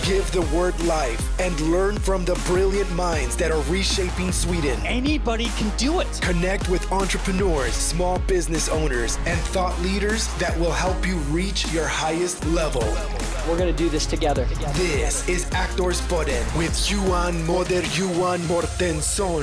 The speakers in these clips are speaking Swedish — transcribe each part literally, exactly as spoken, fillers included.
give the word life and learn from the brilliant minds that are reshaping Sweden. Anybody can do it. Connect with entrepreneurs, small business owners, and thought leaders that will help you reach your highest level. We're going to do this together. This is Aktorspodden with Johan Moder Johan Mortensson.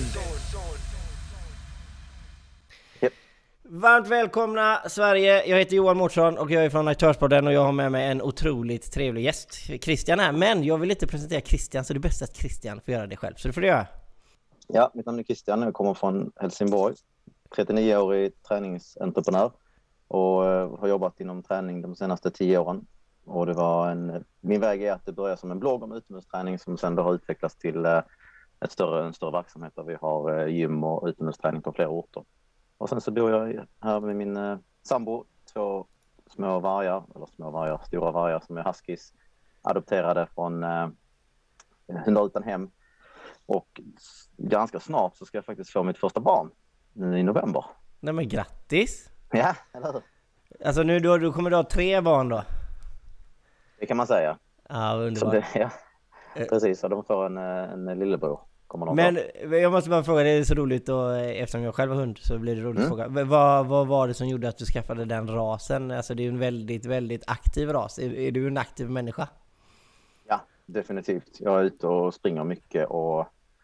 Varmt välkomna Sverige, jag heter Johan Mårtsson och jag är från Aktorspodden och jag har med mig en otroligt trevlig gäst, Christian här. Men jag vill inte presentera Christian, så det är bäst att Christian får göra det själv, så det får du göra. Ja, mitt namn är Christian, jag kommer från Helsingborg, trettionio-årig träningsentreprenör och har jobbat inom träning de senaste tio åren. Och det var en, min väg är att det började som en blogg om utomhusträning som sen då har utvecklats till ett större, en större verksamhet där vi har gym och utomhusträning på flera orter. Och sen så bor jag här med min eh, sambo, två små vargar, eller små vargar, stora vargar som är huskies, adopterade från eh, Hundar utan hem. Och ganska snart så ska jag faktiskt få mitt första barn, nu i november. Nej men grattis! Ja, eller hur? Alltså nu då, du kommer du ha tre barn då? Det kan man säga. Ja, underbart. Det, ja, precis, och de får en, en lillebror. Men jag måste bara fråga, det är så roligt och eftersom jag själv har hund så blir det roligt mm. att fråga. Vad, vad var det som gjorde att du skaffade den rasen? Alltså det är ju en väldigt, väldigt aktiv ras. Är, är du en aktiv människa? Ja, definitivt. Jag är ute och springer mycket och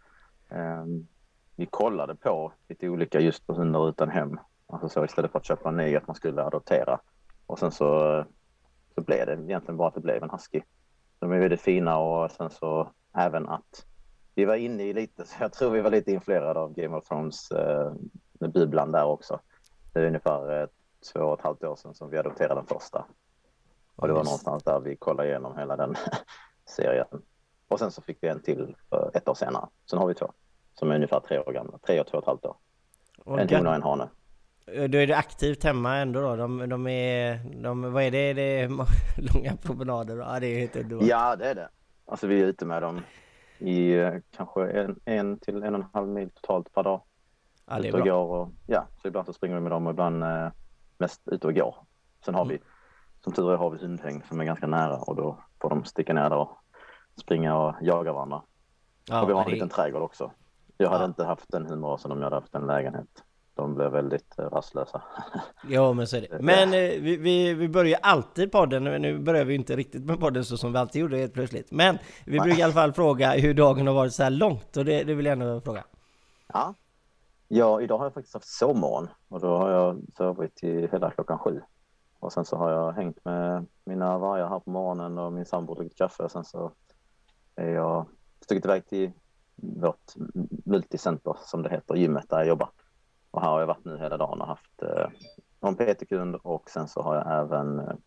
eh, vi kollade på lite olika just på hundar utan hem. Alltså så istället för att köpa en ny att man skulle adoptera. Och sen så, så blev det egentligen bara att det blev en husky. De är väldigt fina och sen så även att vi var inne i lite, så jag tror vi var lite influerade av Game of Thrones eh, med bubblan där också. Det är ungefär eh, två och ett halvt år sedan som vi adopterade den första. Och det var någonstans där vi kollade igenom hela den serien. Och sen så fick vi en till för ett år senare. Sen har vi två som är ungefär tre år gamla. Tre och två och ett halvt år. Och en hon och en hane. Då är det aktivt hemma ändå då? De, de är, de, vad är det? Det är långa promenader? Ja, det är helt underbart. Ja, det är det. Alltså vi är ute med dem i eh, kanske en, en till en och en halv mil totalt per dag. Ja, det är ut och bra. går och, ja, så ibland så springer vi med dem och ibland eh, mest ut och går. Sen har mm. vi, som tur är har vi hundhäng som är ganska nära och då får de sticka ner där och springa och jaga varandra. Ja, och vi har en det... liten trädgård också. Jag hade ja. inte haft en hundras om jag hade haft en lägenhet. De blev väldigt eh, rastlösa. Ja, men så är det. Men eh, vi, vi, vi börjar alltid podden. Nu börjar vi inte riktigt med podden så som vi alltid gjorde helt plötsligt. Men vi Nej. brukar i alla fall fråga hur dagen har varit så här långt. Och det, det vill jag ändå fråga. Ja. ja, idag har jag faktiskt haft sovmorgon. Och då har jag sovit till hela klockan sju. Och sen så har jag hängt med mina vargar här på morgonen och min sambo druckit kaffe. Och sen så är jag stuckit iväg till vårt multicenter som det heter, gymmet där jag jobbar. Och här har jag varit nu hela dagen och haft eh, någon P T-kund och sen så har jag även eh,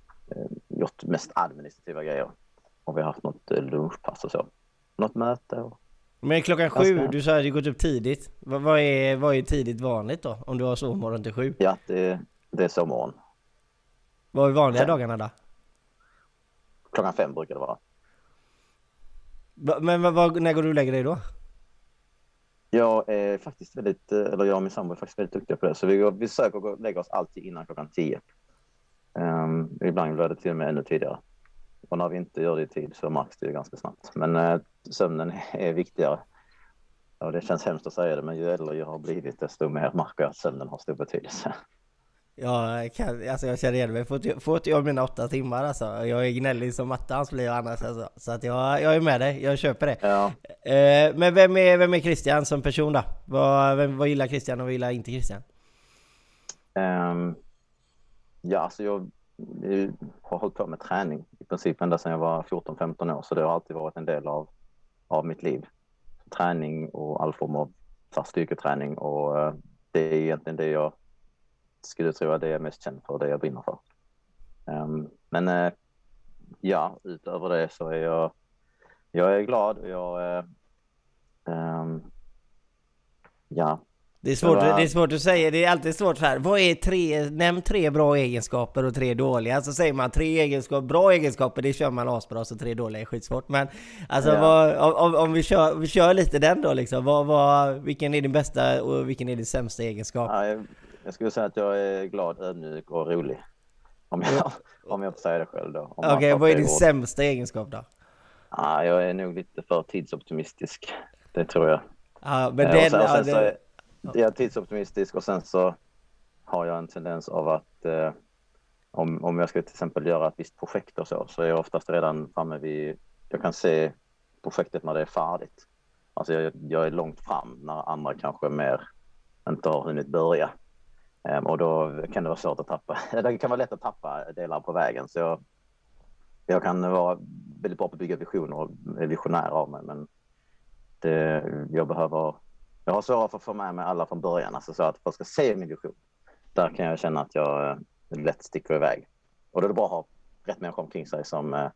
gjort mest administrativa grejer. Och vi har haft något eh, lunchpass och så. Något möte. Och... Men klockan sju, du sa att du gått upp tidigt. Vad, vad, är, vad är tidigt vanligt då? Om du har sovmorgon till sju? Ja, det, det är sovmorgon. Vad är vanliga fem. dagarna då? Klockan fem brukar det vara. Va, men vad, vad, när går du och lägger dig då? Jag är faktiskt väldigt, eller jag och min sambo är faktiskt väldigt duktiga på det. Så vi, går, vi söker och lägger oss alltid innan klockan tio. Um, ibland blir det till och med ännu tidigare. Och när vi inte gör det i tid så märks det ju ganska snabbt. Men uh, sömnen är viktigare. Och det känns hemskt att säga det, men ju äldre jag har blivit desto mer märker jag att sömnen har stor betydelse. Ja, jag, kan, alltså jag känner igen mig. Får, får inte jag mina åtta timmar alltså. Jag är gnällig som attans blir jag annars alltså. Så att jag, jag är med dig, jag köper det. Ja. Eh, men vem är, vem är Christian som person då? Vad, vem, vad gillar Christian och vad gillar inte Christian? Um, ja, alltså jag, jag har hållit på med träning i princip ända sedan jag var fjorton femton år. Så det har alltid varit en del av, av mitt liv. Träning och all form av styrketräning. Och uh, det är egentligen det jag skulle tro att det är mest känd för, det jag brinner för. Um, men uh, ja, utöver det så är jag jag är glad och jag uh, um, ja. Det är, svårt, var... det är svårt att säga, det är alltid svårt så här. Vad är tre, nämn tre bra egenskaper och tre dåliga. Så säger man tre egenskaper, bra egenskaper, det kör man asbra, så tre dåliga är skitsvårt. Men alltså, ja. vad, om, om vi, kör, vi kör lite den då liksom. Vad, vad, vilken är din bästa och vilken är din sämsta egenskap? Ja, jag, jag skulle säga att jag är glad, ödmjuk och rolig. Om jag, om jag får säga det själv då. Okej, okay, vad är din sämsta egenskap då? Ja, jag är nog lite för tidsoptimistisk. Det tror jag. Ja, men Eh, den, och sen, och ja, sen så det, är jag är tidsoptimistisk och sen så har jag en tendens av att eh, om, om jag ska till exempel göra ett visst projekt och så, så är jag oftast redan framme vid, jag kan se projektet när det är färdigt. Alltså jag, jag är långt fram när andra kanske mer inte har hunnit börja. Um, och då kan det vara svårt att tappa. Det kan vara lätt att tappa delar på vägen. Så jag, jag kan vara väldigt bra på att bygga visioner och är visionär av mig. Men det, jag behöver, jag har svårare för att få med mig alla från början. Alltså så att folk ska se min vision. Där kan jag känna att jag eh, lätt sticker iväg. Och då är det bra att ha rätt människor omkring sig som eh,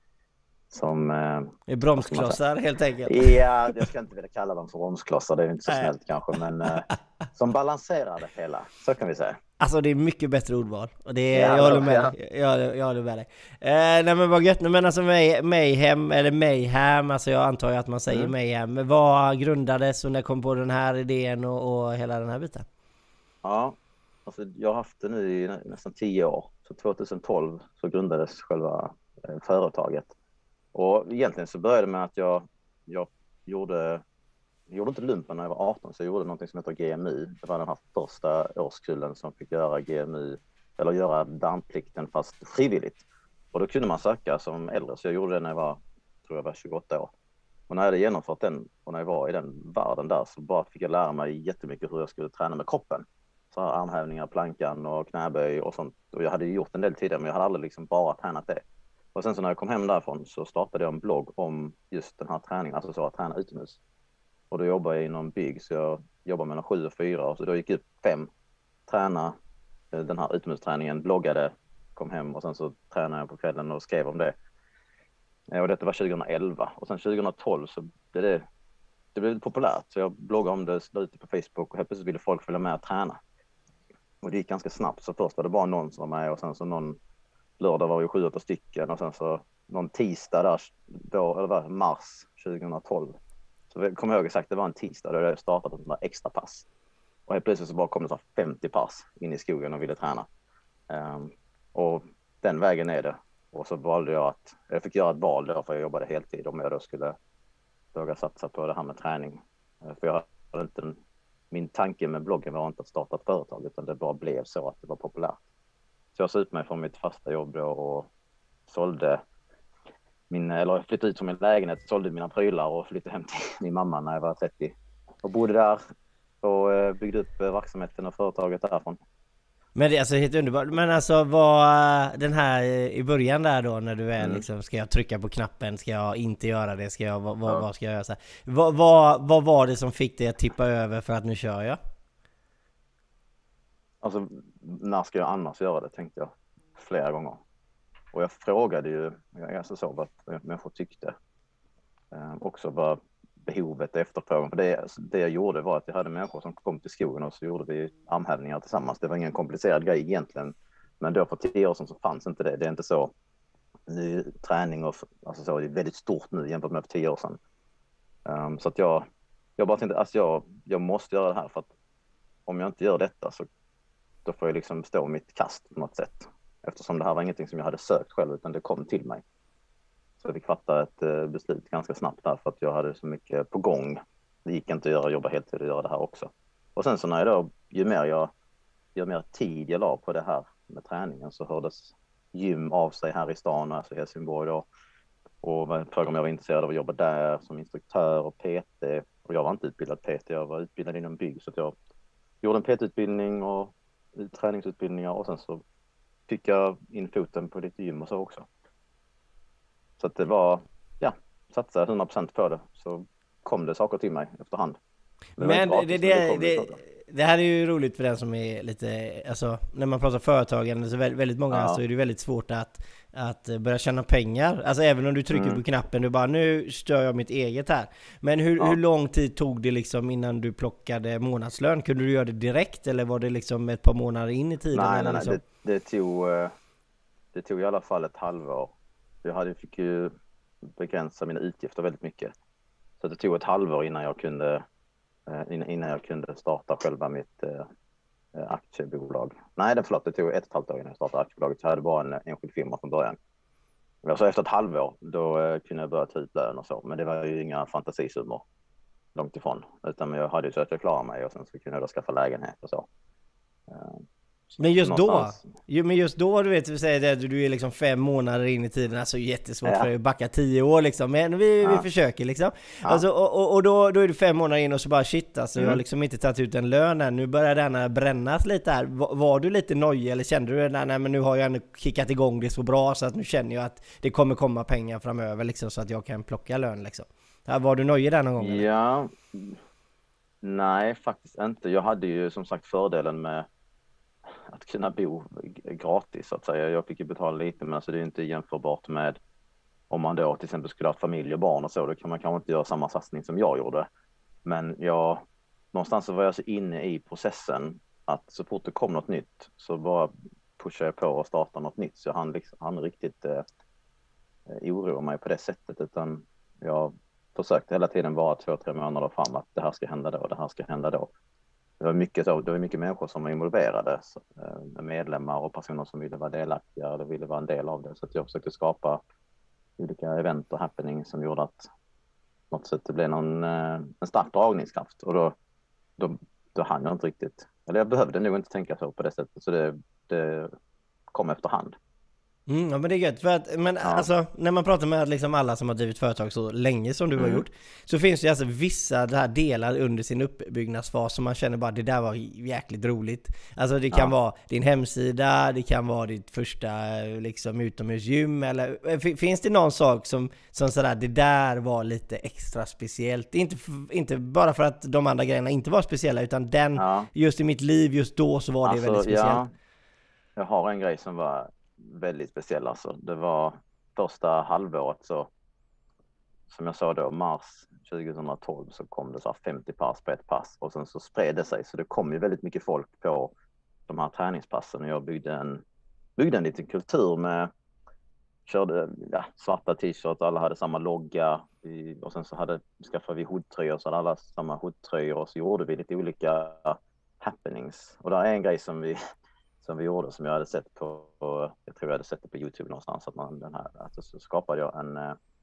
som eh, bromsklossar helt enkelt. Ja, jag ska inte vilja kalla dem för bromsklossar, det är inte så snällt kanske, men eh, som balanserar det hela, så kan vi säga. Alltså det är mycket bättre ordval. Och det är, ja, jag, håller med, ja. jag, jag håller med dig. Eh, nej men vad gött. Men alltså May, Mayhem, eller Mayhem, alltså jag antar ju att man säger mm. Mayhem. Vad grundades och när kom på den här idén och, och hela den här biten? Ja, alltså jag har haft det nu i nästan tio år. Så tjugohundratolv så grundades själva eh, företaget. Och egentligen så började det med att jag, jag gjorde, jag gjorde inte lumpen när jag var arton, så jag gjorde något som heter G M U. Det var den här första årskullen som fick göra G M U, eller göra värnplikten fast frivilligt. Och då kunde man söka som äldre, så jag gjorde det när jag var, tror jag var tjugoåtta år. Och när jag hade genomfört den och när jag var i den världen där så bara fick jag lära mig jättemycket hur jag skulle träna med kroppen. Så här armhävningar, plankan och knäböj och sånt. Och jag hade ju gjort en del tidigare, men jag hade aldrig liksom bara tränat det. Och sen så när jag kom hem därifrån så startade jag en blogg om just den här träningen, alltså så att träna utomhus. Och då jobbade jag inom bygg, så jag jobbade mellan sju och fyra. Och så då gick jag upp fem, träna den här utomhusträningen, bloggade, kom hem och sen så tränade jag på kvällen och skrev om det. Och detta var tjugohundraelva. Och sen tjugohundratolv så blev det, det blev populärt. Så jag bloggade om det, slog ut det på Facebook och helt plötsligt ville folk följa med och träna. Och det gick ganska snabbt. Så först var det bara någon som var med och sen så någon lördag var vi sju, åtta stycken och sen så någon tisdag där, då, eller var mars tjugohundratolv. Så jag kommer ihåg exakt, det var en tisdag då jag startade ett sånt där extra pass. Och helt plötsligt så bara kom det så femtio pass in i skogen och ville träna. Um, och den vägen är det. Och så valde jag att, jag fick göra ett val då för jag jobbade heltid om jag då skulle våga satsa på det här med träning. Uh, för jag hade inte en, min tanke med bloggen var inte att starta ett företag, utan det bara blev så att det var populärt. Så jag sa ut mig från mitt fasta jobb då och sålde min, eller flyttade ut från min lägenhet, sålde mina prylar och flyttade hem till min mamma när jag var trettio. Och bodde där och byggde upp verksamheten och företaget därifrån. Men det är alltså helt underbart. Men alltså vad den här i början där då när du är mm. liksom, ska jag trycka på knappen, ska jag inte göra det, ska jag, vad, ja. vad ska jag göra så här? Vad, vad, vad var det som fick dig att tippa över för att nu kör jag? Alltså, när ska jag annars göra det, tänkte jag flera gånger. Och jag frågade ju, jag alltså så vad människor tyckte. Eh, också vad behovet och efterfrågan. För det, det jag gjorde var att jag hade människor som kom till skogen och så gjorde vi armhävningar tillsammans. Det var ingen komplicerad grej egentligen. Men då för tio år sedan så fanns inte det. Det är inte så. Nu, träning och alltså så, det är väldigt stort nu jämfört med för tio år sedan. Um, så att jag, jag bara tänkte, alltså jag, jag måste göra det här för att om jag inte gör detta så då får jag liksom stå mitt kast på något sätt. Eftersom det här var ingenting som jag hade sökt själv utan det kom till mig. Så jag fick fatta ett uh, beslut ganska snabbt där för att jag hade så mycket på gång. Det gick inte att göra, jobba heltid och göra det här också. Och sen så när jag då, ju mer jag, ju mer tid jag la på det här med träningen så hördes gym av sig här i stan, alltså i Helsingborg då. Och frågade om jag var intresserad av att jobba där som instruktör och P T. Och jag var inte utbildad P T, jag var utbildad inom bygg. Så att jag gjorde en P T-utbildning och träningsutbildningar och sen så fick jag in foten på lite gym och så också. Så att det var, ja, satsa hundra procent på det. Så kom det saker till mig efterhand. Det Men det, det, det, det, det här är ju roligt för den som är lite, alltså när man pratar företagande så väldigt, väldigt många ja. så är det väldigt svårt att, att börja tjäna pengar. Alltså även om du trycker mm. på knappen, du bara nu stör jag mitt eget här. Men hur, ja. hur lång tid tog det liksom innan du plockade månadslön? Kunde du göra det direkt eller var det liksom ett par månader in i tiden? Nej, eller nej, liksom? nej. Det, det, tog, det tog i alla fall ett halvår. Jag hade, fick ju begränsa mina utgifter väldigt mycket. Så det tog ett halvår innan jag kunde innan jag kunde starta själva mitt äh, aktiebolag. Nej, det, förlåt, det tog ett och ett halvt år innan jag startade aktiebolaget. Jag hade bara en enskild firma från början. Alltså efter ett halvår, då eh, kunde jag börja ta ut lön och så. Men det var ju inga fantasisummor långt ifrån. Utan jag hade ju så att jag klarade mig och sen så kunde jag då skaffa lägenhet och så. Eh, Men just någonstans. då, ju, men just då, du vet, vi säger det, du är liksom fem månader in i tiden, alltså jättesvårt Ja. för dig att backa tio år liksom, men vi, Ja. vi försöker liksom. Ja. Alltså, och och, och då, då är du fem månader in och så bara shit, alltså Mm. jag har liksom inte tagit ut en lön än, nu börjar denna brännas lite här. Var, var du lite nojig eller kände du, nej, nej men nu har jag ändå kickat igång det så bra så att nu känner jag att det kommer komma pengar framöver liksom, så att jag kan plocka lön liksom. Ja, var du nojig där någon gång? eller? Ja, nej faktiskt inte. Jag hade ju som sagt fördelen med att kunna bo gratis så att säga. Jag fick ju betala lite, men alltså det är inte jämförbart med om man då till exempel skulle ha familj och barn och så. Då kan man kanske inte göra samma satsning som jag gjorde. Men jag, någonstans så var jag så inne i processen att så fort det kom något nytt så bara pushade jag på och startade något nytt. Så jag hann, liksom, hann riktigt eh, oroa mig på det sättet, utan jag försökte hela tiden vara två, tre månader fram att det här ska hända då, det här ska hända då. Det var mycket, det var mycket människor som var involverade, så, eh, medlemmar och personer som ville vara delaktiga eller ville vara en del av det. Så att jag försökte skapa olika event och happening som gjorde att något sätt det blev någon, eh, en stark dragningskraft. Och då, då, då hann jag inte riktigt, eller jag behövde nog inte tänka så på det sättet, så det, det kom efterhand. Mm, ja men det är gött, för att, men Ja. alltså när man pratar med liksom alla som har drivit företag så länge som du Mm. har gjort, så finns det alltså vissa det här delar under sin uppbyggnadsfas som man känner bara det där var jäkligt roligt. Alltså det kan Ja. vara din hemsida, det kan vara ditt första liksom utomhusgym, eller f- finns det någon sak som, som sådär, det där var lite extra speciellt? Inte, f- inte bara för att de andra grejerna inte var speciella, utan den, Ja. just i mitt liv just då så var det Alltså, väldigt speciellt. ja, jag har en grej som var väldigt speciell. Alltså. Det var första halvåret, så som jag sa då, mars tjugohundratolv, så kom det så här femtio pass på ett pass och sen så spred det sig. Så det kom ju väldigt mycket folk på de här träningspassen och jag byggde en, byggde en liten kultur med, körde ja, svarta t-shirts, alla hade samma logga i, och sen så hade, skaffade vi hoodtröjor så hade alla samma hoodtröjor och så gjorde vi lite olika happenings. Och det är en grej som vi som vi gjorde, som jag hade sett på, jag tror jag hade sett det på YouTube någonstans, att man den här, att så skapade jag en,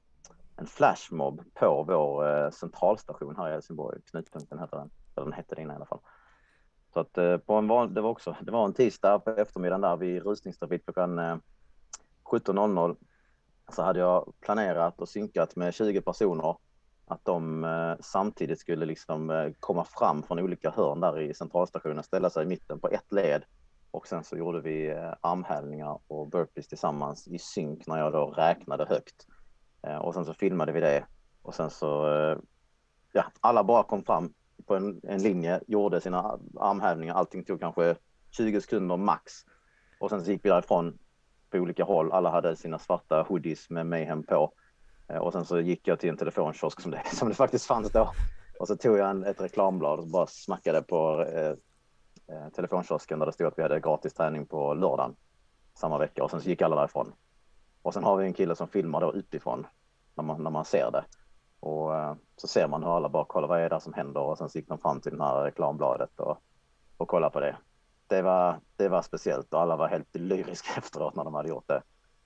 en flashmob på vår centralstation här i Helsingborg, Knutpunkten heter den, eller den hette det innan i alla fall. Så att på en van, det var också, det var en tisdag på eftermiddagen där vid rusningstrafik klockan sjutton noll noll, så hade jag planerat och synkat med tjugo personer att de eh, samtidigt skulle liksom eh, komma fram från olika hörn där i centralstationen, ställa sig i mitten på ett led. Och sen så gjorde vi eh, armhävningar och burpees tillsammans i synk när jag då räknade högt. Eh, och sen så filmade vi det. Och sen så, eh, ja, alla bara kom fram på en, en linje, gjorde sina armhävningar. Allting tog kanske tjugo sekunder max. Och sen så gick vi därifrån på olika håll. Alla hade sina svarta hoodies med Mayhem på. Eh, och sen så gick jag till en telefonkiosk som det, som det faktiskt fanns då. Och så tog jag en, ett reklamblad och bara smackade på eh, telefonkiosken där det stod att vi hade gratis träning på lördagen samma vecka, och sen så gick alla därifrån. Och sen har vi en kille som filmar då utifrån när man, när man ser det, och uh, så ser man hur alla bara kollar vad är det som händer, och sen så gick de fram till det här reklambladet och, och kollade på det. Det var, det var speciellt och alla var helt lyriska efteråt när de hade gjort det.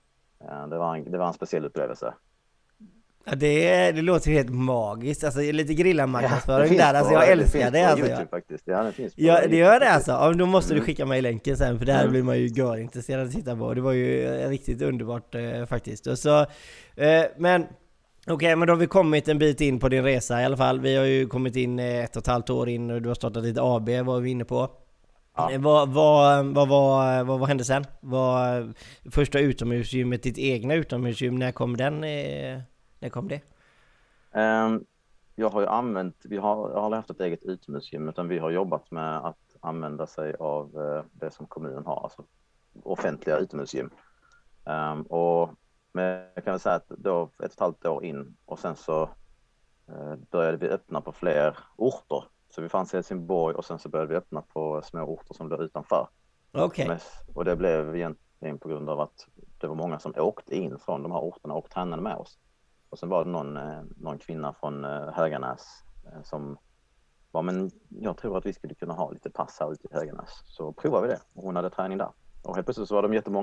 Uh, det, var en, det var en speciell upplevelse. Ja, det, det låter ju helt magiskt, alltså lite grillamarknadsföring Ja, där, alltså jag älskar det, alltså. YouTube, faktiskt. Ja, det finns på Ja, det gör det faktiskt. alltså. Ja, då måste Mm. du skicka mig länken sen, för det här Mm. blir man ju görintresserad att titta på. Det var ju eh, riktigt underbart eh, faktiskt. Och så, eh, men okej, okay, men då har vi kommit en bit in på din resa i alla fall. Vi har ju kommit in eh, ett och ett halvt år in och du har startat ditt A B, vad är vi inne på? Ja. Eh, vad, vad, vad, vad, vad, vad hände sen? Vad, första utomhusgymmet, ditt egna utomhusgym, när kom den? Eh, när kom det? Um, jag har ju använt, vi har, jag har haft ett eget utomhusgym, utan vi har jobbat med att använda sig av uh, det som kommunen har, alltså offentliga utomhusgym. Um, och men jag kan väl säga att då ett och ett halvt år in, och sen så uh, började vi öppna på fler orter. Så vi fanns i Helsingborg och sen så började vi öppna på små orter som låg utanför. Okej. Okay. Och det blev egentligen på grund av att det var många som åkte in från de här orterna och tränade med oss. Och sen var det någon, någon kvinna från Höganäs som var, men jag tror att vi skulle kunna ha lite pass här ute i Höganäs. Så provade vi det, och hon hade träning där. Och helt plötsligt så var de jättemånga där.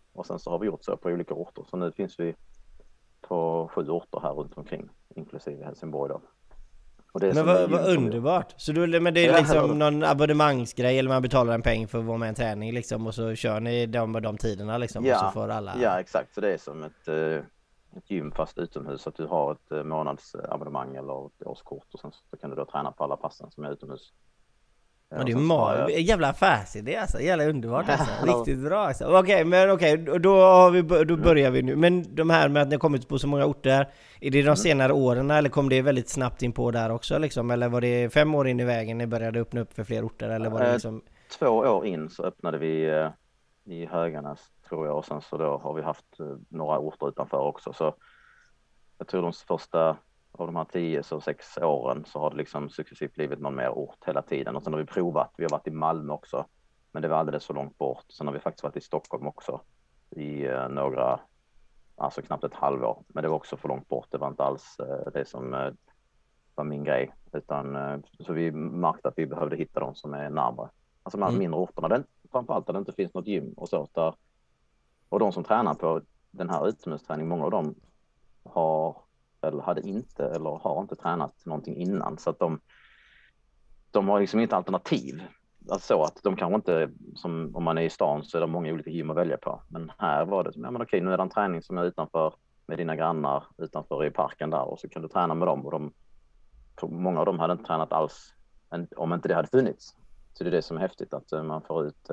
Och sen så har vi gjort så på olika orter. Så nu finns vi på sju orter här runt omkring, inklusive Helsingborg då. Och det är men vad, vad underbart! Så då, men det är liksom ja, någon abonnemangsgrej eller man betalar en peng för att vara med i en träning liksom, och så kör ni de, de tiderna liksom, ja, och så får alla... Ja, exakt. Så det är som ett, ett gym fast utomhus, att du har ett månadsabonnemang eller ett årskort och sen så kan du då träna på alla passen som är utomhus. Ja, det är mar- jag... jävla affärsidé alltså, jävla underbart alltså. Riktigt bra alltså. Okej, okay, men okej, okay, då, har vi, då börjar vi nu. Men de här med att ni har kommit på så många orter, är det de senare åren eller kom det väldigt snabbt in på där också liksom? Eller var det fem år in i vägen ni började öppna upp för fler orter? Eller var det liksom... Två år in så öppnade vi i Höganäs tror jag, och sen så då har vi haft några orter utanför också. Så jag tror de första av de här tio så sex åren så har det liksom successivt blivit någon mer ort hela tiden. Och sen har vi provat, vi har varit i Malmö också, men det var alldeles så långt bort. Sen har vi faktiskt varit i Stockholm också i eh, några, alltså knappt ett halvår. Men det var också för långt bort, det var inte alls eh, det som eh, var min grej. Utan, eh, så vi märkte att vi behövde hitta de som är närmare. Alltså de här mm. mindre orterna, den, framförallt där det inte finns något gym och så. Där, och de som tränar på den här utomhusträning, många av dem har eller hade inte eller har inte tränat någonting innan, så att de de har liksom inte alternativ, alltså att de kanske inte, som om man är i stan så är det många olika gym att välja på, men här var det, ja men okej, nu är det en träning som är utanför med dina grannar utanför i parken där, och så kan du träna med dem, och de, många av dem hade inte tränat alls om inte det hade funnits. Så det är det som är häftigt, att man får ut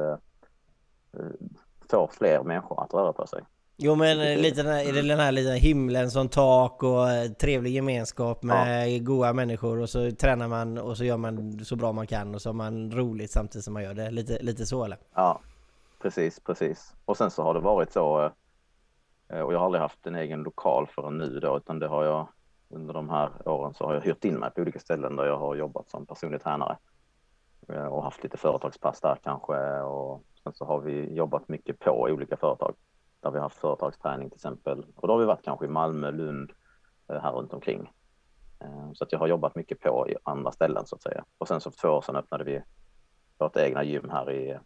får fler människor att röra på sig. Jo, men lite den här, är det den här lite himlen som tak och trevlig gemenskap med ja. goda människor, och så tränar man och så gör man så bra man kan och så har man roligt samtidigt som man gör det. Lite, lite så eller? Ja, precis, precis. Och sen så har det varit så, och jag har aldrig haft en egen lokal förrän nu då, utan det har jag under de här åren så har jag hyrt in mig på olika ställen där jag har jobbat som personlig tränare och haft lite företagspass där kanske, och sen så har vi jobbat mycket på olika företag. Där vi har haft företagsträning till exempel. Och då har vi varit kanske i Malmö, Lund, här runt omkring. Så att jag har jobbat mycket på i andra ställen så att säga. Och sen så för två år sedan öppnade vi vårt egna gym här i,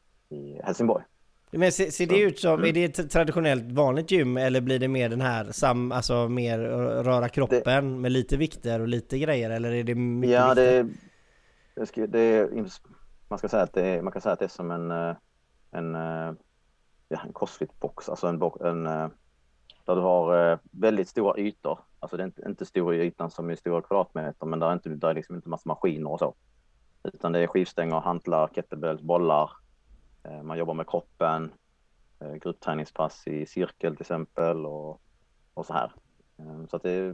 i Helsingborg. Men ser, ser det ut som, mm. är det ett traditionellt vanligt gym eller blir det mer den här, sam, alltså mer röra kroppen det, med lite vikter och lite grejer? Eller är det mycket ja, vikter? Det, det, ska, det är, man ska säga att det är, man kan säga att det är som en... en Ja, en crossfit-box, alltså en, en där du har väldigt stora ytor. Alltså det är inte, inte stora ytan som är stora kvadratmeter, men där är inte där är liksom inte massa maskiner och så. Utan det är skivstänger, hantlar, kettlebells, bollar. Man jobbar med kroppen, gruppträningspass i cirkel till exempel och, och så här. Så att det är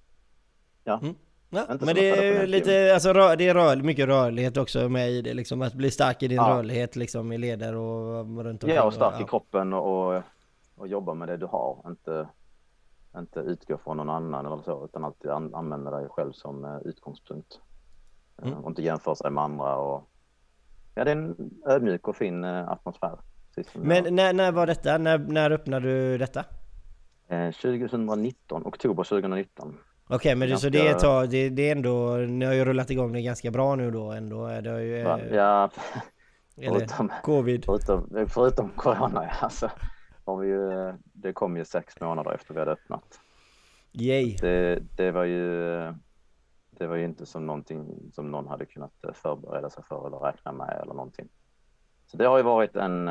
ja. Mm. Ja, men det är lite, alltså rör, det är rör, mycket rörlighet också med i det, liksom att bli stark i din ja. rörlighet liksom i leder och runt omkring. Ja, och stark och, i kroppen och, och jobba med det du har, inte, inte utgå från någon annan eller så, utan alltid an, använda dig själv som utgångspunkt. Mm. Och inte jämföra sig med andra. Och, ja, det är en ödmjuk och fin atmosfär. Men när, när var detta? När, när öppnade du detta? Eh, tjugonitton, oktober tjugonitton. Okej, okay, men ganska... så det är, ta, det, det är ändå, ni har ju rullat igång det ganska bra nu då ändå. Det har ju, ja, ja. Förutom, covid. Förutom, förutom corona, alltså. Har vi ju, det kom ju sex månader efter vi hade öppnat. Yay. Det, det var ju det var ju inte som någonting som någon hade kunnat förbereda sig för eller räkna med eller någonting. Så det har ju varit en,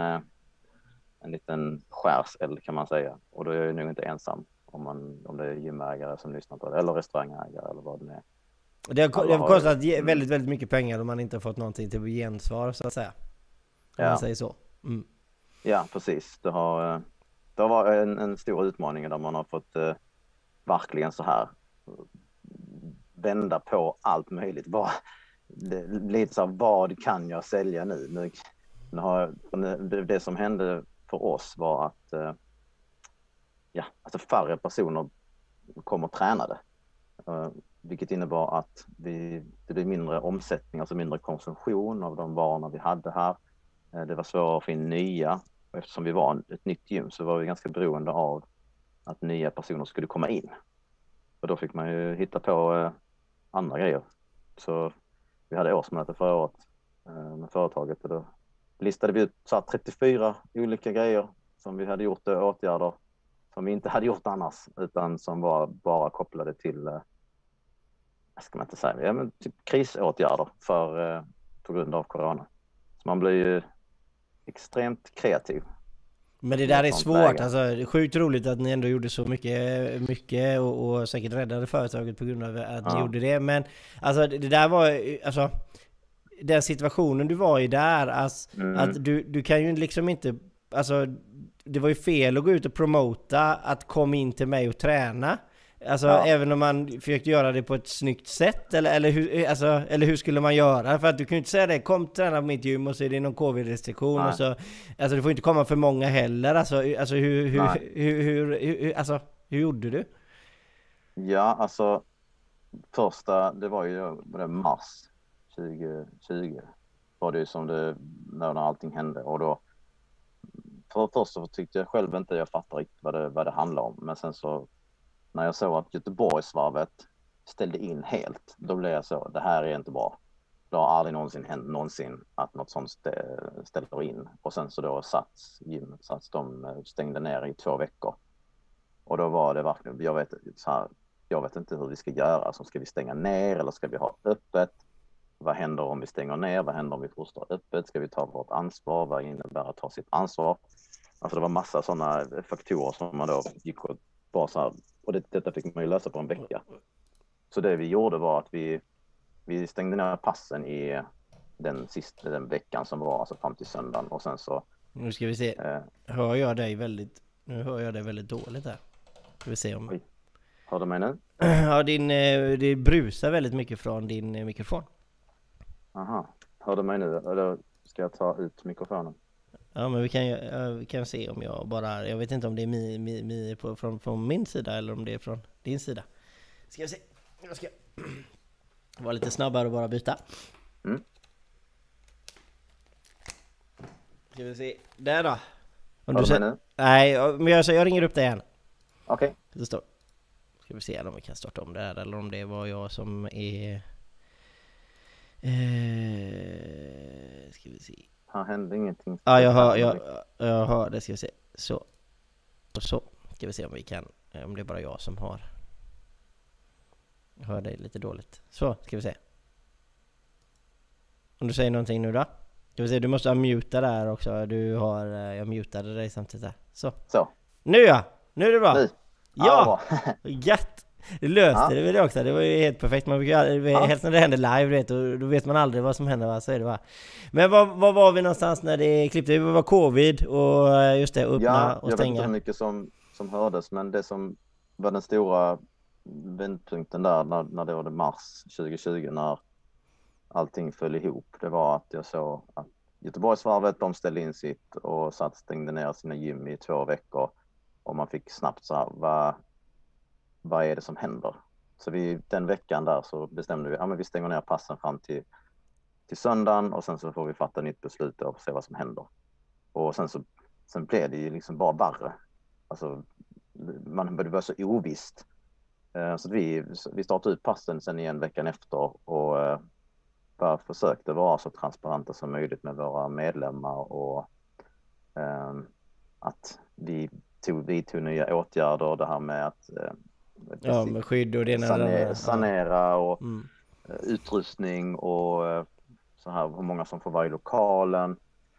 en liten skärseld kan man säga. Och då är jag ju nog inte ensam. Om, man, om det är gymägare som lyssnar på det, eller restaurangägare eller vad det är. Det har, det har kostat har, väldigt, väldigt mycket pengar om man inte har fått någonting till gensvar så att säga. Om ja. man säger så. Mm. Ja, precis. Det har, det har varit en, en stor utmaning där man har fått eh, verkligen så här vända på allt möjligt. Vad, det, lite så här, vad kan jag sälja nu? nu, nu har, det, det som hände för oss var att eh, ja, alltså färre personer kom och tränade. Uh, vilket innebar att vi, det blev mindre omsättning, alltså mindre konsumtion av de varorna vi hade här. Uh, det var svårare att få in nya. Och eftersom vi var ett nytt gym så var vi ganska beroende av att nya personer skulle komma in. Och då fick man ju hitta på uh, andra grejer. Så vi hade årsmöte förra året uh, med företaget och då listade vi ut så här trettiofyra olika grejer som vi hade gjort, åtgärder som vi inte hade gjort annars, utan som var bara kopplade till, eh, ska man inte säga, ja, men typ krisåtgärder för, eh, på grund av corona. Så man blir ju extremt kreativ. Men det där är svårt, alltså det är sjukt roligt att ni ändå gjorde så mycket, mycket och, och säkert räddade företaget på grund av att ja. ni gjorde det. Men alltså det där var, alltså den situationen du var i där, alltså, mm. att du, du kan ju liksom inte, alltså det var ju fel att gå ut och promota att kom in till mig och träna. Alltså ja. Även om man försökte göra det på ett snyggt sätt, eller, eller, hur, alltså, eller hur skulle man göra? För att du kan ju inte säga det, kom träna på mitt gym och så är det någon covid-restriktion och så, alltså det får inte komma för många heller, alltså, alltså hur, hur, hur, hur, hur, alltså, hur gjorde du? Ja, alltså första, det var ju det mars tjugo tjugo var det ju som det, när allting hände, och då för först så tyckte jag själv inte jag fattade riktigt vad det, vad det handlar om, men sen så när jag såg att Göteborgsvarvet ställde in helt, då blev jag så, det här är inte bra. Det har aldrig någonsin hänt någonsin att något sånt ställer in. Och sen så då satt gym, satt de stängde ner i två veckor. Och då var det verkligen, jag vet, så här, jag vet inte hur vi ska göra. Så ska vi stänga ner eller ska vi ha öppet? Vad händer om vi stänger ner? Vad händer om vi fortsätter öppet? Ska vi ta vårt ansvar? Vad innebär att ta sitt ansvar? Alltså det var massa sådana faktorer som man då gick och bara så här, och det, detta fick man ju lösa på en vecka. Så det vi gjorde var att vi, vi stängde ner passen i den sista den veckan som var, alltså fram till söndagen. Och sen så... Nu ska vi se. Eh, hör jag dig väldigt... Nu hör jag dig väldigt dåligt här. Ska vi se om... Oj. Hör du mig nu? Ja, din, det brusar väldigt mycket från din mikrofon. Aha. Hör du mig nu? Eller ska jag ta ut mikrofonen? Ja, men vi kan, vi kan se om jag bara... Jag vet inte om det är mi, mi, mi på, från, från min sida eller om det är från din sida. Ska vi se. Jag ska vara lite snabbare och bara byta. Mm. Ska vi se. Där då. Om Hör du du mig nu? Nej, men jag, jag ringer upp dig igen. Okej. Okay. Står. Ska vi se om vi kan starta om det här eller om det var jag som är... Eh, ska vi se. Här hände ingenting. Ja, jag hör, jag, jag hör det. Ska vi se. Så. Och så. Ska vi se om vi kan. Om det är bara jag som har. Jag hör dig lite dåligt. Så, ska vi se. Om du säger någonting nu då. Ska vi se, du måste ha muta där också. Du har, jag mutade dig samtidigt där. Så. Så. Nu ja! Nu är det bra. Nu. Ja! Gött! Det löste ja. Det väl också. Det var ju helt perfekt. Man brukar, ja. Helst när det händer live, vet, och då vet man aldrig vad som händer. Va? Så är det, va? Men var, var var vi någonstans när det klippte? Det var covid och just det, öppna ja, och stänga. Jag vet inte hur mycket som, som hördes, men det som var den stora vändpunkten där när, när det var det mars tjugo tjugo när allting föll ihop, det var att jag såg att Göteborgsvarvet, de ställde in sitt och satt stängde ner sina gym i två veckor och man fick snabbt så här, vad, vad är det som händer? Så vi, den veckan där så bestämde vi, ja men vi stänger ner passen fram till, till söndagen och sen så får vi fatta nytt beslut och se vad som händer. Och sen så sen blev det ju liksom bara värre. Alltså man började vara så ovisst. Så vi, vi startade ut passen sen igen veckan efter och bara försökte vara så transparenta som möjligt med våra medlemmar och eh, att vi tog, vi tog nya åtgärder, det här med att eh, ja, med skydd och det sanera, sanera och mm. utrustning och så här hur många som får vara i lokalen.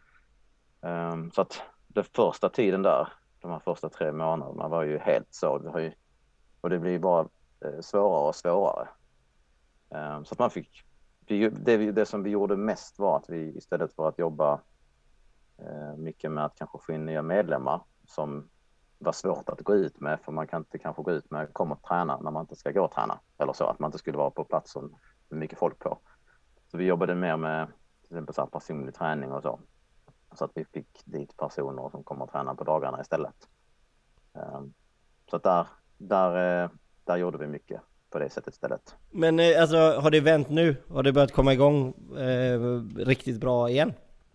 Eh, så att den första tiden där, de här första tre månaderna var ju helt så. Det har ju, och det blir bara eh, svårare och svårare. Eh, så att man fick Vi, det, vi, det som vi gjorde mest var att vi istället för att jobba eh, mycket med att kanske få in nya medlemmar som var svårt att gå ut med, för man kan inte kanske gå ut med kom och träna när man inte ska gå och träna eller så, att man inte skulle vara på plats med mycket folk på. Så vi jobbade mer med till exempel så här personlig träning och så, så att vi fick dit personer som kommer och träna på dagarna istället. Eh, så att där, där, eh, där gjorde vi mycket på det sättet istället. Men alltså, har det vänt nu? Har det börjat komma igång eh, riktigt bra igen?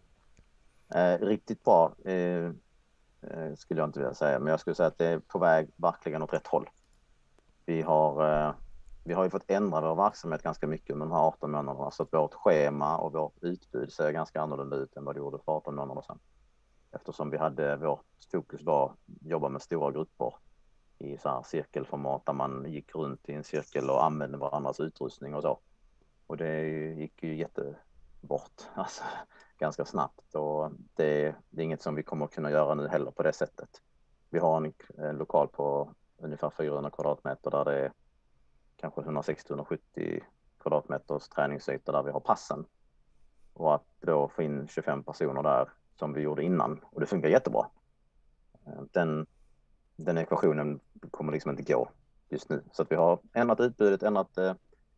Eh, riktigt bra eh, eh, skulle jag inte vilja säga, men jag skulle säga att det är på väg verkligen åt rätt håll. Vi har, eh, vi har ju fått ändra vår verksamhet ganska mycket under de här arton månaderna, så att vårt schema och vårt utbud ser ganska annorlunda ut än vad det gjorde för arton månader sedan. eftersom vi hade, vårt fokus var att jobba med stora grupper i så här cirkelformat där man gick runt i en cirkel och använde varandras utrustning och så. Och det gick ju jättebort, alltså ganska snabbt, och det, det är inget som vi kommer att kunna göra nu heller på det sättet. Vi har en, en lokal på ungefär fyrahundra kvadratmeter där det är kanske etthundrasextio till etthundrasjuttio kvadratmeters träningsyta där vi har passen. Och att då få in tjugofem personer där som vi gjorde innan, och det funkar jättebra. Den, den ekvationen kommer liksom inte gå just nu. Så att vi har ändrat utbudet, ändrat eh,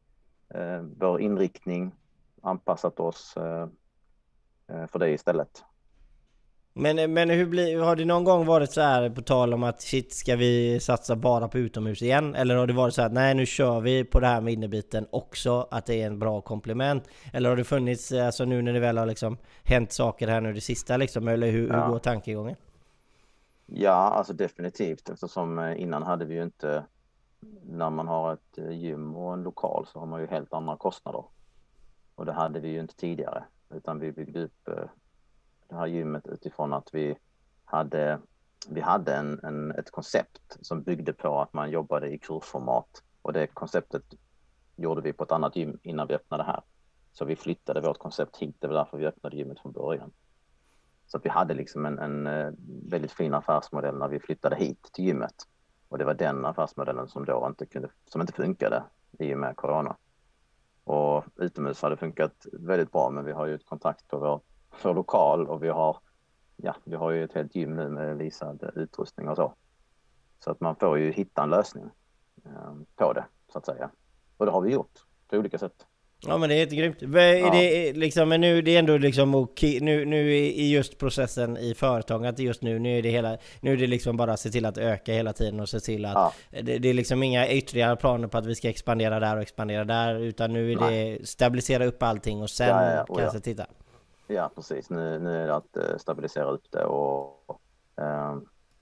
vår inriktning, anpassat oss eh, för det istället. Men, men hur blir, har det någon gång varit så här på tal om att shit, ska vi satsa bara på utomhus igen? Eller har det varit så här, nej nu kör vi på det här med innebiten också, att det är en bra komplement? Eller har det funnits, alltså nu när det väl har liksom hänt saker här nu det sista liksom, eller hur, ja. hur går tankegången? Ja, alltså definitivt, eftersom innan hade vi ju inte, när man har ett gym och en lokal så har man ju helt andra kostnader. Och det hade vi ju inte tidigare, utan vi byggde upp det här gymmet utifrån att vi hade, vi hade en, en, ett koncept som byggde på att man jobbade i kursformat. Och det konceptet gjorde vi på ett annat gym innan vi öppnade här. Så vi flyttade vårt koncept hit, det var därför vi öppnade gymmet från början. Så att vi hade liksom en, en väldigt fin affärsmodell när vi flyttade hit till gymmet. Och det var den affärsmodellen som då inte kunde, som inte funkade i och med corona. Och utomhus hade funkat väldigt bra, men vi har ju ett kontrakt på vår, vår lokal och vi har, ja, vi har ju ett helt gym nu med visad utrustning och så. Så att man får ju hitta en lösning eh, på det, så att säga. Och det har vi gjort på olika sätt. Ja, men det är jättegrymt. Är ja. det liksom, men nu det är ändå liksom okej, nu nu i just processen i företaget just nu nu är det hela nu är det liksom bara se till att öka hela tiden och se till att ja. det, det är liksom inga ytterligare planer på att vi ska expandera där och expandera där, utan nu är Nej. det stabilisera upp allting och sen ja, ja, ja. kanske ja. titta. Ja, precis. Nu, nu är det att stabilisera upp det och eh,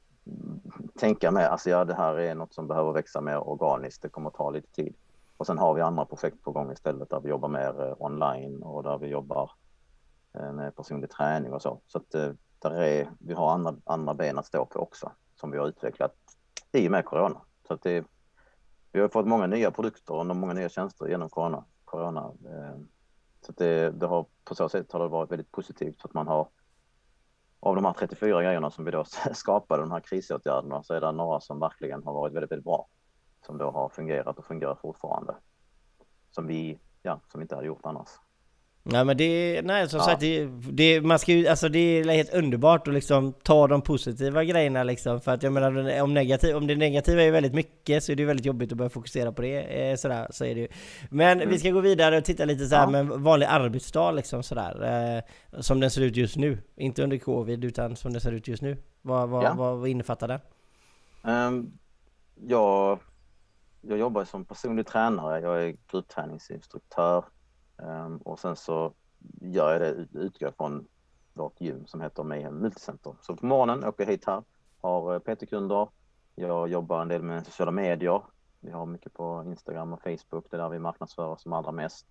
tänka med, alltså ja, det här är något som behöver växa mer organiskt, det kommer att ta lite tid. Och sen har vi andra projekt på gång istället där vi jobbar mer online och där vi jobbar med personlig träning och så. Så att där är, vi har andra, andra ben att stå på också som vi har utvecklat i och med corona. Så att det, vi har fått många nya produkter och många nya tjänster genom corona. corona. Så att det, det har, på så sätt har det varit väldigt positivt, för att man har av de här trettiofyra grejerna som vi då skapade, de här krisåtgärderna, så är det några som verkligen har varit väldigt, väldigt bra. Som då har fungerat och fungerar fortfarande. Som vi, ja, som inte hade gjort annars. Nej, men det, nej, som ja. sagt, det, det, man ska ju, alltså det är helt underbart att liksom ta de positiva grejerna liksom, för att jag menar, om, negativ, om det negativa är väldigt mycket så är det väldigt jobbigt att börja fokusera på det, eh, sådär, så är det ju. Men mm. vi ska gå vidare och titta lite så här ja. med en vanlig arbetsdag liksom sådär, eh, som den ser ut just nu. Inte under covid, utan som den ser ut just nu. Vad, vad, ja. vad, vad innefattar det? Um, jag... Jag jobbar som personlig tränare, jag är gruppträningsinstruktör um, och sen så gör jag det, utgår från vårt gym som heter Mayhem Multicenter. Så på morgonen åker jag hit här, har P T-kunder, jag jobbar en del med sociala medier, vi har mycket på Instagram och Facebook, det är där vi marknadsför som allra mest.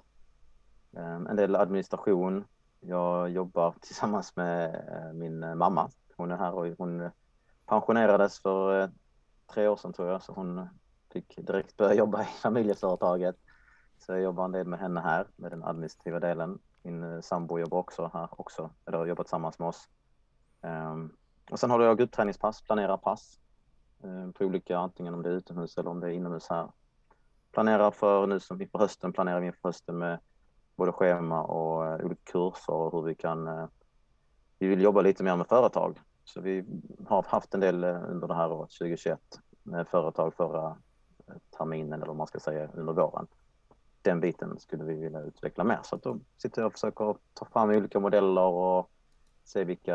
Um, en del administration, jag jobbar tillsammans med uh, min mamma, hon är här och hon pensionerades för uh, tre år sedan tror jag, så hon fick direkt börja jobba i familjeföretaget. Så jag jobbar en del med henne här, med den administrativa delen. Min sambo jobbar också här också, eller har jobbat tillsammans med oss. Um, och sen har jag gruppträningspass, planerar pass um, på olika, antingen om det är utomhus eller om det är inomhus här. Planerar för nu som inför hösten, planerar vi inför hösten med både schema och uh, olika kurser och hur vi kan, uh, vi vill jobba lite mer med företag. Så vi har haft en del uh, under det här året tjugohundratjugoett med företag förra terminen, eller vad man ska säga, under våren. Den biten skulle vi vilja utveckla mer. Så att då sitter jag och försöker ta fram olika modeller och se vilka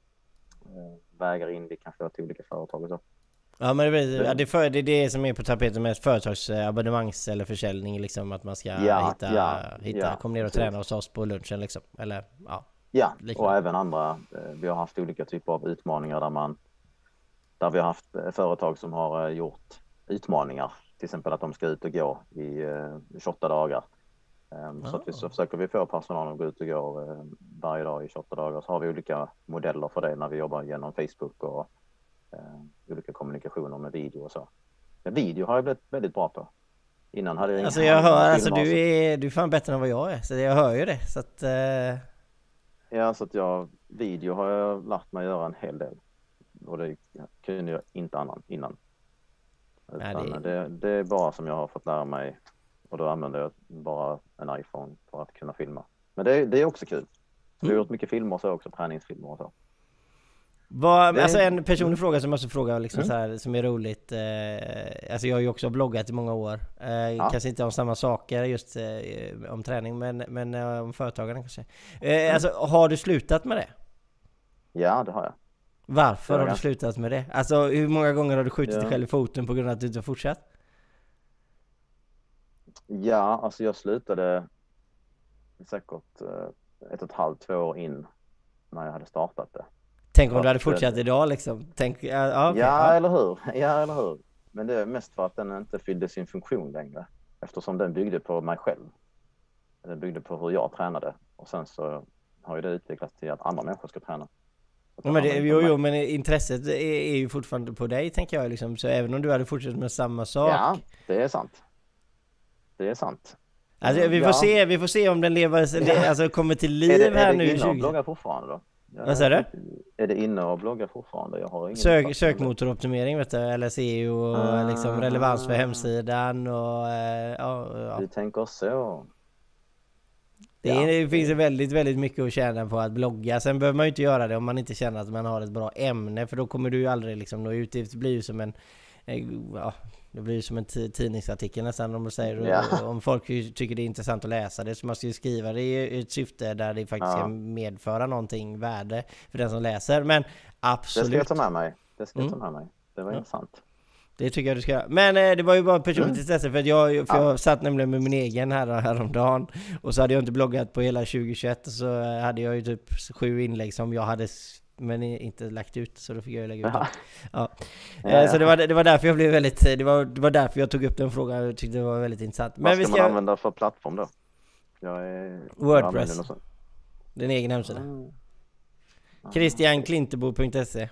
eh, vägar in vi kan få till olika företag och så. Ja, men det, ja, det, för, det är det som är på tapeten med företagsabonnemangs eller försäljning liksom, att man ska ja, hitta, ja, hitta ja, kom ner och träna hos oss på lunchen liksom, eller ja. Ja, liknande. Och även andra, vi har haft olika typer av utmaningar där man där vi har haft företag som har gjort utmaningar, till exempel att de ska ut och gå i tjugoåtta dagar. Um, så, att vi, så försöker vi få personalen att gå ut och gå uh, varje dag i tjugoåtta dagar. Så har vi olika modeller för det när vi jobbar genom Facebook och uh, olika kommunikationer med video och så. Men video har jag blivit väldigt bra på. Innan hade jag alltså jag hör, alltså du är, du är fan bättre än vad jag är, så jag hör ju det. Så att, uh... Ja, så att jag, video har jag lärt mig göra en hel del. Och det kunde jag inte annan innan. Utan ja, det... Det, det är bara som jag har fått lära mig. Och då använder jag bara en iPhone för att kunna filma. Men det, det är också kul. Jag har gjort mycket filmer och så också, träningsfilmer och så. Vad, det... Alltså en personlig fråga som jag måste fråga liksom mm. så här, som är roligt. Eh, alltså jag har ju också bloggat i många år. Eh, ja. Kanske inte om samma saker just eh, om träning, men, men eh, om företagande kanske. Eh, mm. Alltså har du slutat med det? Ja, det har jag. Varför har du slutat med det? Alltså hur många gånger har du skjutit ja. dig själv i foten på grund av att du inte har fortsatt? Ja, alltså jag slutade säkert ett och ett halvt, två år in när jag hade startat det. Tänk om du hade fortsatt idag liksom. Tänk, ja, okay, ja, ja, eller hur? Ja, eller hur? Men det är mest för att den inte fyllde sin funktion längre. Eftersom den byggde på mig själv. Den byggde på hur jag tränade. Och sen så har ju det utvecklats till att andra människor ska träna. Ja, men det, jo, jo, men intresset är, är ju fortfarande på dig, tänker jag liksom. Så även om du hade fortsatt med samma sak. Ja, det är sant. Det är sant. Alltså vi får, ja. se, vi får se om den lever, ja. alltså kommer till liv är det, här är det nu. Är det inne och bloggar fortfarande då? Ja, vad säger du? Är det inne och bloggar fortfarande? Jag har ingen Sök, sökmotoroptimering, vet du, eller S E O och ah, liksom relevans för hemsidan och ja, ja. Du tänker så. Det, är, det finns väldigt, väldigt mycket att tjäna på att blogga. Sen behöver man ju inte göra det om man inte känner att man har ett bra ämne, för då kommer du ju aldrig liksom nå ut. Det blir ju som en ja, det blir som en t- tidningsartikel nästan, om man säger. Ja. Om folk tycker det är intressant att läsa det, så man ska ju skriva det i ett syfte där det faktiskt ja. ska medföra någonting värde för den som läser. Men absolut. Det ska jag ta med mig. Det ska jag ta med mig. Det var ja. intressant. Det tycker jag du ska göra. Men eh, det var ju bara personligt mm. intresse, för att jag, för ja. jag satt nämligen med min egen här häromdagen, och så hade jag inte bloggat på hela tjugo tjugoett, och så hade jag ju typ sju inlägg som jag hade men inte lagt ut, så då fick jag ju lägga ut ja. ja. ja, ja. Så det var, det var därför jag blev väldigt det var, det var därför jag tog upp den frågan. Jag tyckte det var väldigt intressant. Men vad ska, vi ska man använda för plattform då? Jag är, Wordpress. Jag den egen hemsida. Mm. christian klintebo punkt se.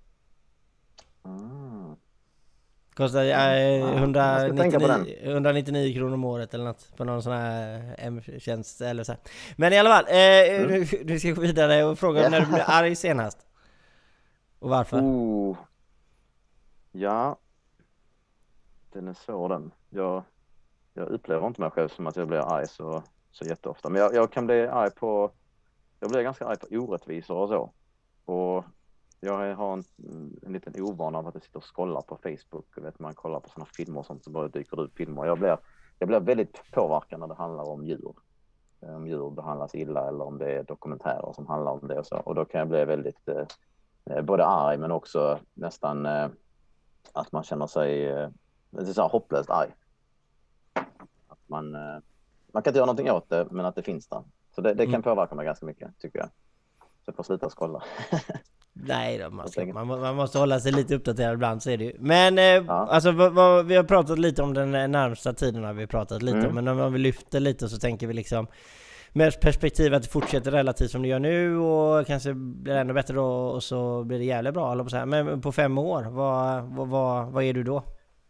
Mm. Kostar äh, hundranittionio kronor om året eller något på någon sån här M-tjänst eller så här. Men i alla fall, eh, mm. nu, nu ska jag gå vidare och fråga yeah. när du blev arg senast. Och varför? Oh. Ja, den är svår den. Jag, jag upplever inte mig själv som att jag blir arg så, så jätteofta. Men jag, jag kan bli arg på, jag blir ganska arg på orättvisor och så. Och jag har en, en liten ovana av att jag sitter och scrollar på Facebook. Och vet, man kollar på såna filmer och sånt, så bara dyker det ut filmer. Jag blir, jag blir väldigt påverkad när det handlar om djur. Om djur behandlas illa eller om det är dokumentärer som handlar om det och så. Och då kan jag bli väldigt eh, både arg men också nästan eh, att man känner sig eh, lite så här hopplöst arg. Att man, eh, man kan inte göra någonting åt det, men att det finns där. Så det, det kan mm. påverka mig ganska mycket, tycker jag. Så jag får sluta scrolla. Nej då, man, ska, man, man måste hålla sig lite uppdaterad ibland, så är det ju. Men eh, ja. alltså, vad, vad, vi har pratat lite om den närmsta tiden, har vi pratat lite mm. om, men om vi lyfter lite så tänker vi liksom med perspektiv att det fortsätter relativt som det gör nu och kanske blir det ännu bättre då, och så blir det jävligt bra, eller på så här. Men på fem år, vad, vad, vad, vad är du då?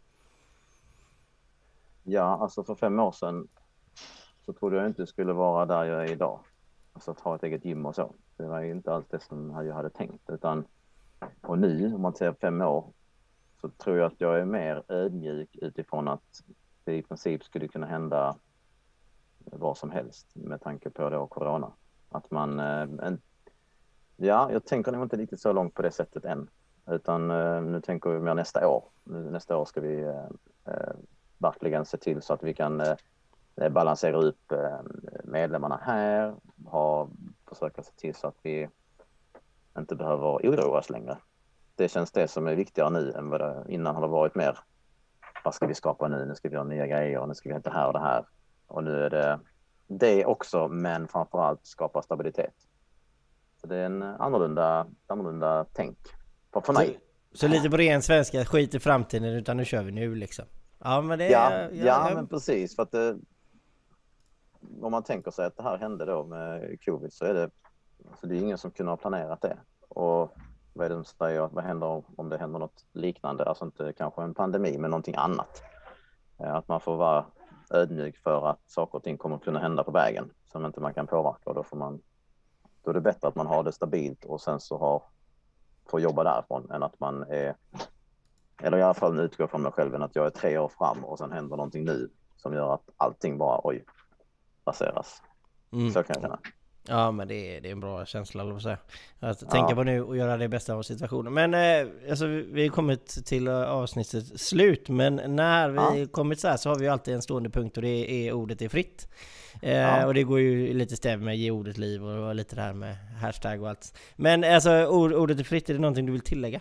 Ja, alltså för fem år sedan så trodde jag inte skulle vara där jag är idag. Alltså att ha ett eget gym och så. Det var ju inte allt det som jag hade tänkt. Utan, och nu, om man ser fem år, så tror jag att jag är mer ödmjuk utifrån att det i princip skulle kunna hända vad som helst med tanke på då corona. Att man, en, ja, jag tänker nog inte riktigt så långt på det sättet än. Utan nu tänker vi mer nästa år. Nästa år ska vi eh, verkligen se till så att vi kan eh, balansera upp medlemmarna här, ha, försöka se till så att vi inte behöver oroa oss längre. Det känns det som är viktigare nu än vad det innan har varit mer. Vad ska vi skapa nu? Nu ska vi göra nya grejer och nu ska vi hitta här och det här. Och nu är det det också, men framförallt skapa stabilitet. Så det är en annorlunda, annorlunda tänk för mig. Så, så lite på ren svenska, skit i framtiden, utan nu kör vi nu liksom. Ja, men det ja, är, ja, ja, men precis, för att det, om man tänker sig att det här hände då med covid, så är det, alltså det är ingen som kunde ha planerat det. Och vad är det som säger, vad händer om det händer något liknande, alltså inte kanske en pandemi men någonting annat. Att man får vara ödmjuk för att saker och ting kommer att kunna hända på vägen som inte man kan påverka, och då får man, då är det bättre att man har det stabilt och sen så har, får jobba därifrån, än att man är, eller i alla fall utgår från mig själv, än att jag är tre år fram och sen händer någonting nu som gör att allting bara, oj, raseras. Mm. Så kan jag känna. Ja, men det är, det är en bra känsla, eller vad säga. Att ja. tänka på nu och göra det bästa av situationen. Men eh, alltså, vi har kommit till avsnittet slut, men när vi ja. kommit så här så har vi alltid en stående punkt, och det är ordet är fritt. Eh, ja. Och det går ju lite stäv med ge ordet liv och lite det här med hashtag och allt. Men alltså, ord, ordet är fritt, är det någonting du vill tillägga?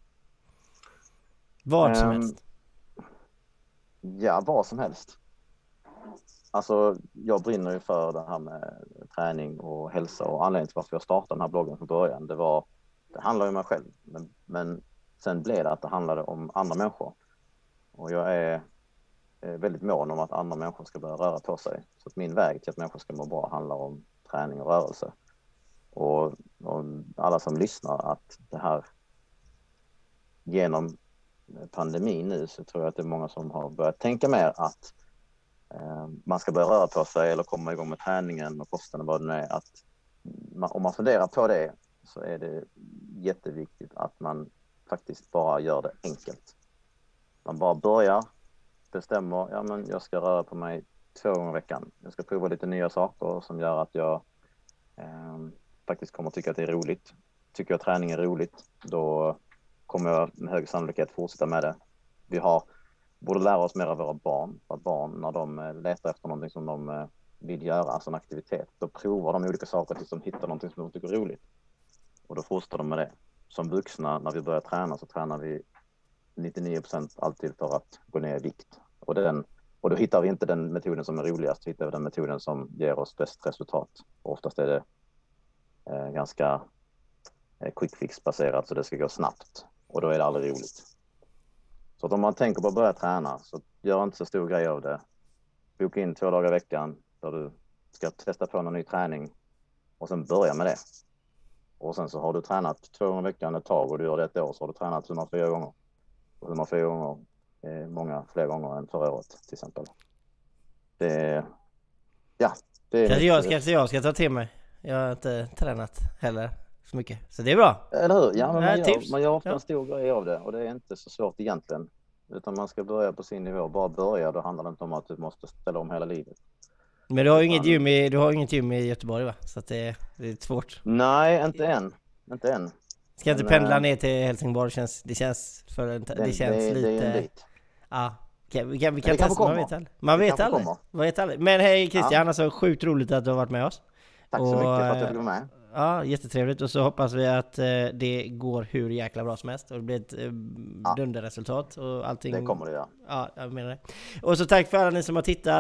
Vad som um, helst. Ja, vad som helst. Alltså, jag brinner ju för det här med träning och hälsa, och anledningen till varför jag startade den här bloggen från början, det var, det handlar ju om mig själv, men, men sen blev det att det handlade om andra människor. Och jag är, är väldigt mån om att andra människor ska börja röra på sig. Så att min väg till att människor ska må bra handlar om träning och rörelse. Och, och alla som lyssnar, att det här genom pandemin nu, så tror jag att det är många som har börjat tänka mer att man ska börja röra på sig eller komma igång med träningen och kosten och vad det nu är. Att man, om man funderar på det, så är det jätteviktigt att man faktiskt bara gör det enkelt. Man bara börjar, bestämmer, ja men jag ska röra på mig två gånger i veckan. Jag ska prova lite nya saker som gör att jag eh, faktiskt kommer tycka att det är roligt. Tycker jag träning är roligt, då kommer jag med hög sannolikhet fortsätta med det. Vi har borde lära oss mer av våra barn. För att barn, när de letar efter någonting som de vill göra, alltså en aktivitet, då provar de olika saker tills de hittar någonting som de tycker är roligt. Och då fortsätter de med det. Som vuxna, när vi börjar träna, så tränar vi nittionio procent alltid för att gå ner i vikt. Och, den, och då hittar vi inte den metoden som är roligast, hittar vi den metoden som ger oss bäst resultat. Och oftast är det eh, ganska eh, quick fix baserat, så det ska gå snabbt. Och då är det aldrig roligt. Så att om man tänker på att börja träna, så gör inte så stor grej av det. Boka in två dagar i veckan där du ska testa på en ny träning och sen börja med det. Och sen så har du tränat två gånger i veckan ett tag och du gör det ett år, så har du tränat hundrafyra gånger. Och hundrafyra gånger är många fler gånger än förra året till exempel. Det är, ja. Det är kanske, jag, kanske jag ska ta till mig. Jag har inte tränat heller så mycket. Så det är bra. Eller hur? Ja, men man, gör, man gör ofta ja. en stor grej av det, och det är inte så svårt egentligen. Utan man ska börja på sin nivå. Bara börja, då handlar det inte om att du måste ställa om hela livet. Men du har ju inget gym i, du har inget gym i Göteborg, va? Så att det, det är svårt. Nej, inte än. Inte än. Ska inte men, pendla ner till Helsingborg, det känns, det känns, för en, det, det känns det, lite... Det är en bit. Ja, okay, vi kan, vi kan testa, man vet aldrig. Man vet aldrig. Man vet aldrig. Men hej Christian, ja. alltså sjukt roligt att du har varit med oss. Tack så och, mycket för att du fick vara med. Ja, jättetrevligt, och så hoppas vi att eh, det går hur jäkla bra som helst och det blir ett eh, ja. dunderresultat och allting. Det kommer det, ja. Ja, jag menar det. Och så tack för alla ni som har tittat.